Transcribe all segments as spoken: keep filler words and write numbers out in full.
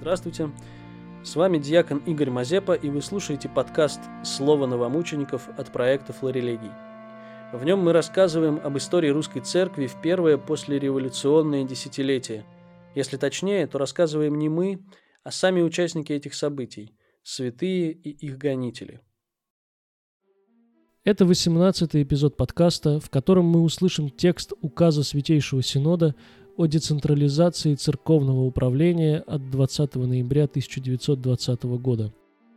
Здравствуйте, с вами диакон Игорь Мазепа, и вы слушаете подкаст «Слово новомучеников» от проекта «Флорелегий». В нем мы рассказываем об истории русской церкви в первое послереволюционное десятилетие. Если точнее, то рассказываем не мы, а сами участники этих событий, святые и их гонители. Это восемнадцатый эпизод подкаста, в котором мы услышим текст указа Святейшего Синода о децентрализации церковного управления от двадцатого ноября тысяча девятьсот двадцатого года.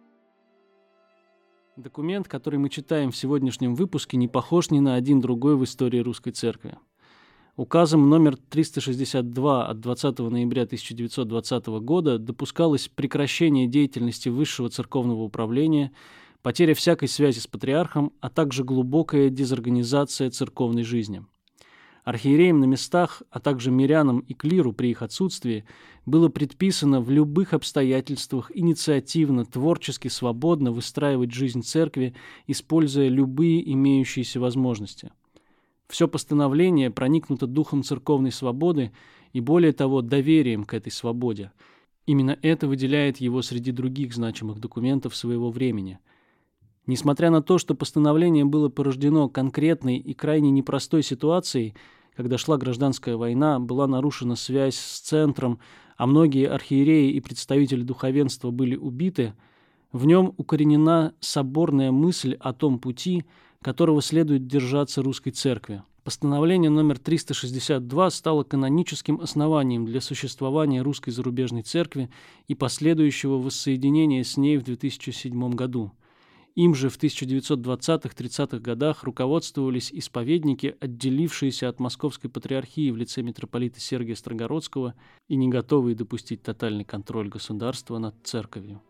Документ, который мы читаем в сегодняшнем выпуске, не похож ни на один другой в истории русской церкви. Указом номер триста шестьдесят два от двадцатого ноября тысяча девятьсот двадцатого года допускалось прекращение деятельности высшего церковного управления, потеря всякой связи с патриархом, а также глубокая дезорганизация церковной жизни. Архиереям на местах, а также мирянам и клиру при их отсутствии было предписано в любых обстоятельствах инициативно, творчески, свободно выстраивать жизнь церкви, используя любые имеющиеся возможности. Все постановление проникнуто духом церковной свободы и, более того, доверием к этой свободе. Именно это выделяет его среди других значимых документов своего времени. Несмотря на то, что постановление было порождено конкретной и крайне непростой ситуацией, когда шла гражданская война, была нарушена связь с центром, а многие архиереи и представители духовенства были убиты, в нем укоренена соборная мысль о том пути, которого следует держаться русской церкви. Постановление номер триста шестьдесят два стало каноническим основанием для существования русской зарубежной церкви и последующего воссоединения с ней в две тысячи седьмом году. Им же в тысяча девятьсот двадцатых-тридцатых годах руководствовались исповедники, отделившиеся от Московской патриархии в лице митрополита Сергия Строгородского и не готовые допустить тотальный контроль государства над церковью.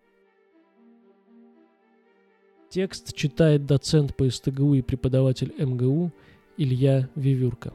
Текст читает доцент по СТГУ и преподаватель МГУ Илья Вивюрка.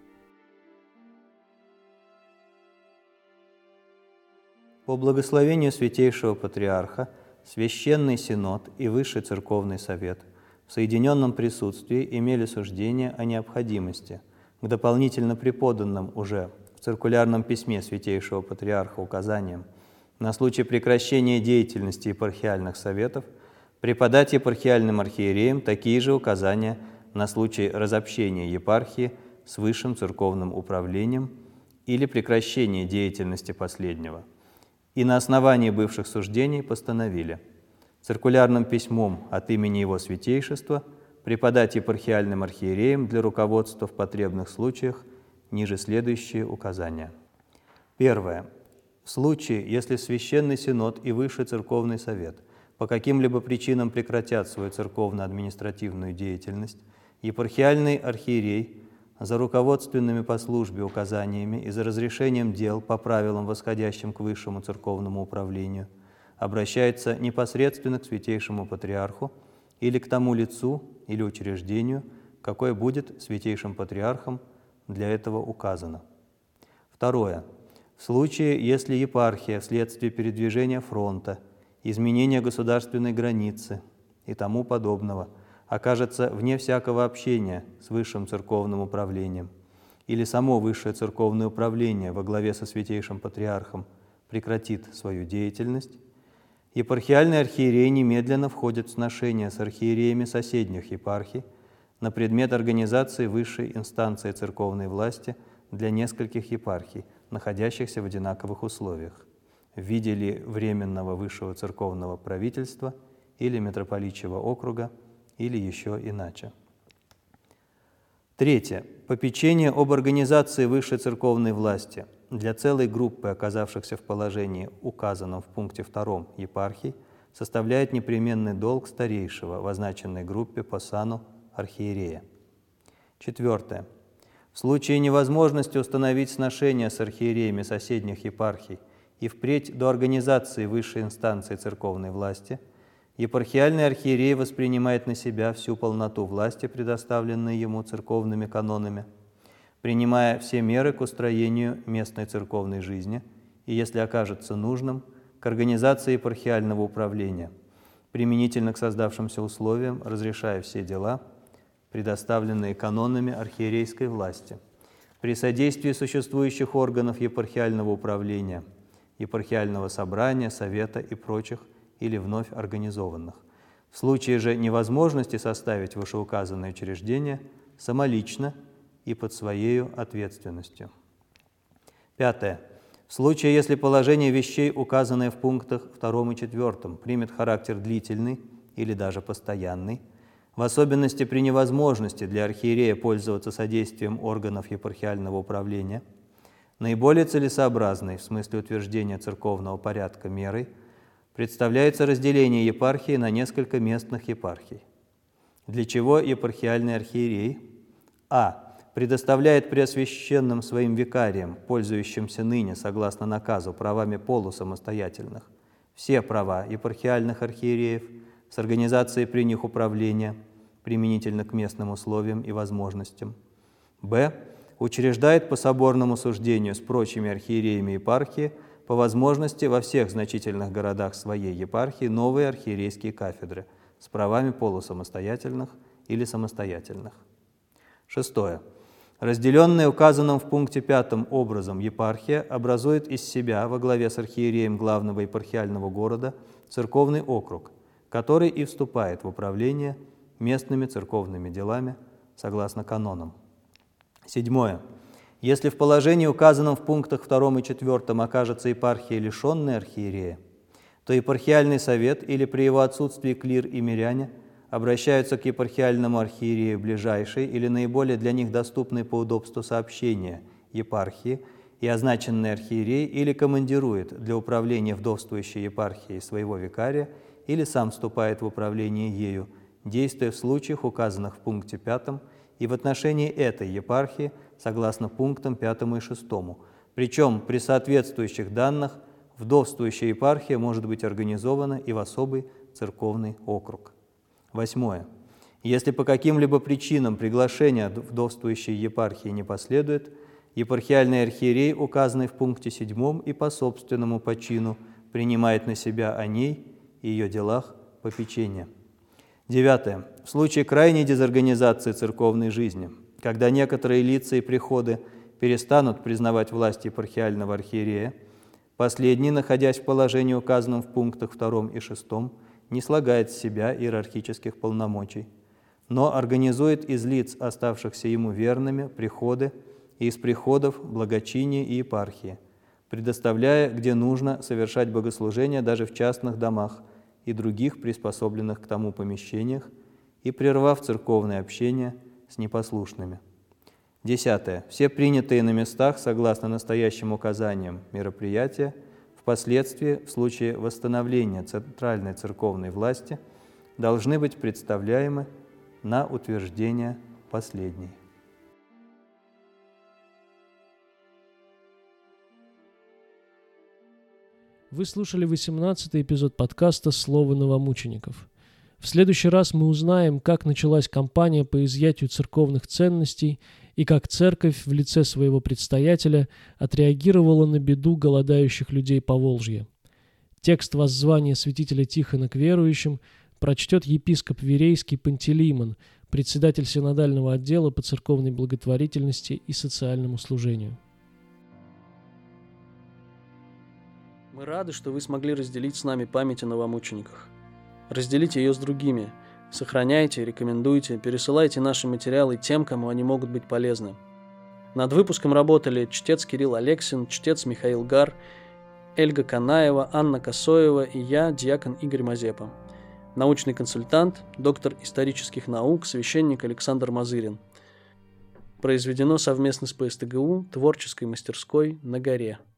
По благословению Святейшего Патриарха Священный Синод и Высший Церковный Совет в соединенном присутствии имели суждение о необходимости к дополнительно преподанным уже в циркулярном письме Святейшего Патриарха указаниям на случай прекращения деятельности епархиальных советов преподать епархиальным архиереям такие же указания на случай разобщения епархии с Высшим Церковным Управлением или прекращения деятельности последнего. И на основании бывших суждений постановили циркулярным письмом от имени Его Святейшества преподать епархиальным архиереям для руководства в потребных случаях ниже следующие указания. Первое. В случае, если Священный Синод и Высший Церковный Совет по каким-либо причинам прекратят свою церковно-административную деятельность, епархиальный архиерей за руководственными по службе указаниями и за разрешением дел по правилам, восходящим к Высшему Церковному Управлению, обращается непосредственно к Святейшему Патриарху или к тому лицу или учреждению, какое будет Святейшим Патриархом для этого указано. Второе. В случае, если епархия вследствие передвижения фронта, изменения государственной границы и тому подобного окажется вне всякого общения с Высшим Церковным Управлением, или само Высшее Церковное Управление во главе со Святейшим Патриархом прекратит свою деятельность, епархиальный архиерей немедленно входит в сношение с архиереями соседних епархий на предмет организации высшей инстанции церковной власти для нескольких епархий, находящихся в одинаковых условиях, в виде ли Временного Высшего Церковного Правительства или Митрополичьего округа, или еще иначе. Третье. Попечение об организации высшей церковной власти для целой группы, оказавшихся в положении, указанном в пункте втором епархий, составляет непременный долг старейшего в означенной группе по сану архиерея. Четвертое. В случае невозможности установить сношения с архиереями соседних епархий и впредь до организации высшей инстанции церковной власти, епархиальный архиерей воспринимает на себя всю полноту власти, предоставленной ему церковными канонами, принимая все меры к устроению местной церковной жизни и, если окажется нужным, к организации епархиального управления, применительно к создавшимся условиям, разрешая все дела, предоставленные канонами архиерейской власти, при содействии существующих органов епархиального управления, епархиального собрания, совета и прочих, или вновь организованных. В случае же невозможности составить вышеуказанное учреждение самолично и под своей ответственностью. Пятое. В случае, если положение вещей, указанное в пунктах втором и четвертом, примет характер длительный или даже постоянный, в особенности при невозможности для архиерея пользоваться содействием органов епархиального управления, наиболее целесообразной в смысле утверждения церковного порядка мерой представляется разделение епархии на несколько местных епархий, для чего епархиальный архиерей а. предоставляет преосвященным своим викариям, пользующимся ныне, согласно наказу, правами полусамостоятельных, все права епархиальных архиереев с организацией при них управления, применительно к местным условиям и возможностям. б. Учреждает по соборному суждению с прочими архиереями епархии по возможности во всех значительных городах своей епархии новые архиерейские кафедры с правами полусамостоятельных или самостоятельных. Шестое. Разделенная указанным в пункте пятом образом епархия образует из себя во главе с архиереем главного епархиального города церковный округ, который и вступает в управление местными церковными делами согласно канонам. Седьмое. Если в положении, указанном в пунктах втором и четвертом, окажется епархия, лишенная архиерея, то епархиальный совет или при его отсутствии клир и миряне обращаются к епархиальному архиерею ближайшей или наиболее для них доступной по удобству сообщения епархии, и означенный архиерей или командирует для управления вдовствующей епархией своего викария, или сам вступает в управление ею, действуя в случаях, указанных в пункте пятом, и в отношении этой епархии, согласно пунктам пятому и шестому. Причем при соответствующих данных вдовствующая епархия может быть организована и в особый церковный округ. Восьмое. Если по каким-либо причинам приглашение вдовствующей епархии не последует, епархиальный архиерей, указанный в пункте седьмом, и по собственному почину принимает на себя о ней и ее делах попечение. Девятое. В случае крайней дезорганизации церковной жизни, когда некоторые лица и приходы перестанут признавать власть епархиального архиерея, последний, находясь в положении, указанном в пунктах втором и шестом, не слагает с себя иерархических полномочий, но организует из лиц, оставшихся ему верными, приходы и из приходов благочиние и епархии, предоставляя, где нужно, совершать богослужения даже в частных домах и других приспособленных к тому помещениях, и прервав церковное общение с непослушными. Десятое. Все принятые на местах, согласно настоящим указаниям, мероприятия, впоследствии, в случае восстановления центральной церковной власти, должны быть представляемы на утверждение последней. Вы слушали восемнадцатый эпизод подкаста «Слово новомучеников». В следующий раз мы узнаем, как началась кампания по изъятию церковных ценностей и как церковь в лице своего предстоятеля отреагировала на беду голодающих людей Поволжья. Текст воззвания святителя Тихона к верующим прочтет епископ Верейский Пантелеймон, председатель синодального отдела по церковной благотворительности и социальному служению. Мы рады, что вы смогли разделить с нами память о новомучениках. Разделите ее с другими. Сохраняйте, рекомендуйте, пересылайте наши материалы тем, кому они могут быть полезны. Над выпуском работали чтец Кирилл Алексин, чтец Михаил Гар, Эльга Канаева, Анна Косоева и я, диакон Игорь Мазепа. Научный консультант, доктор исторических наук, священник Александр Мазырин. Произведено совместно с ПСТГУ, творческой мастерской «На горе».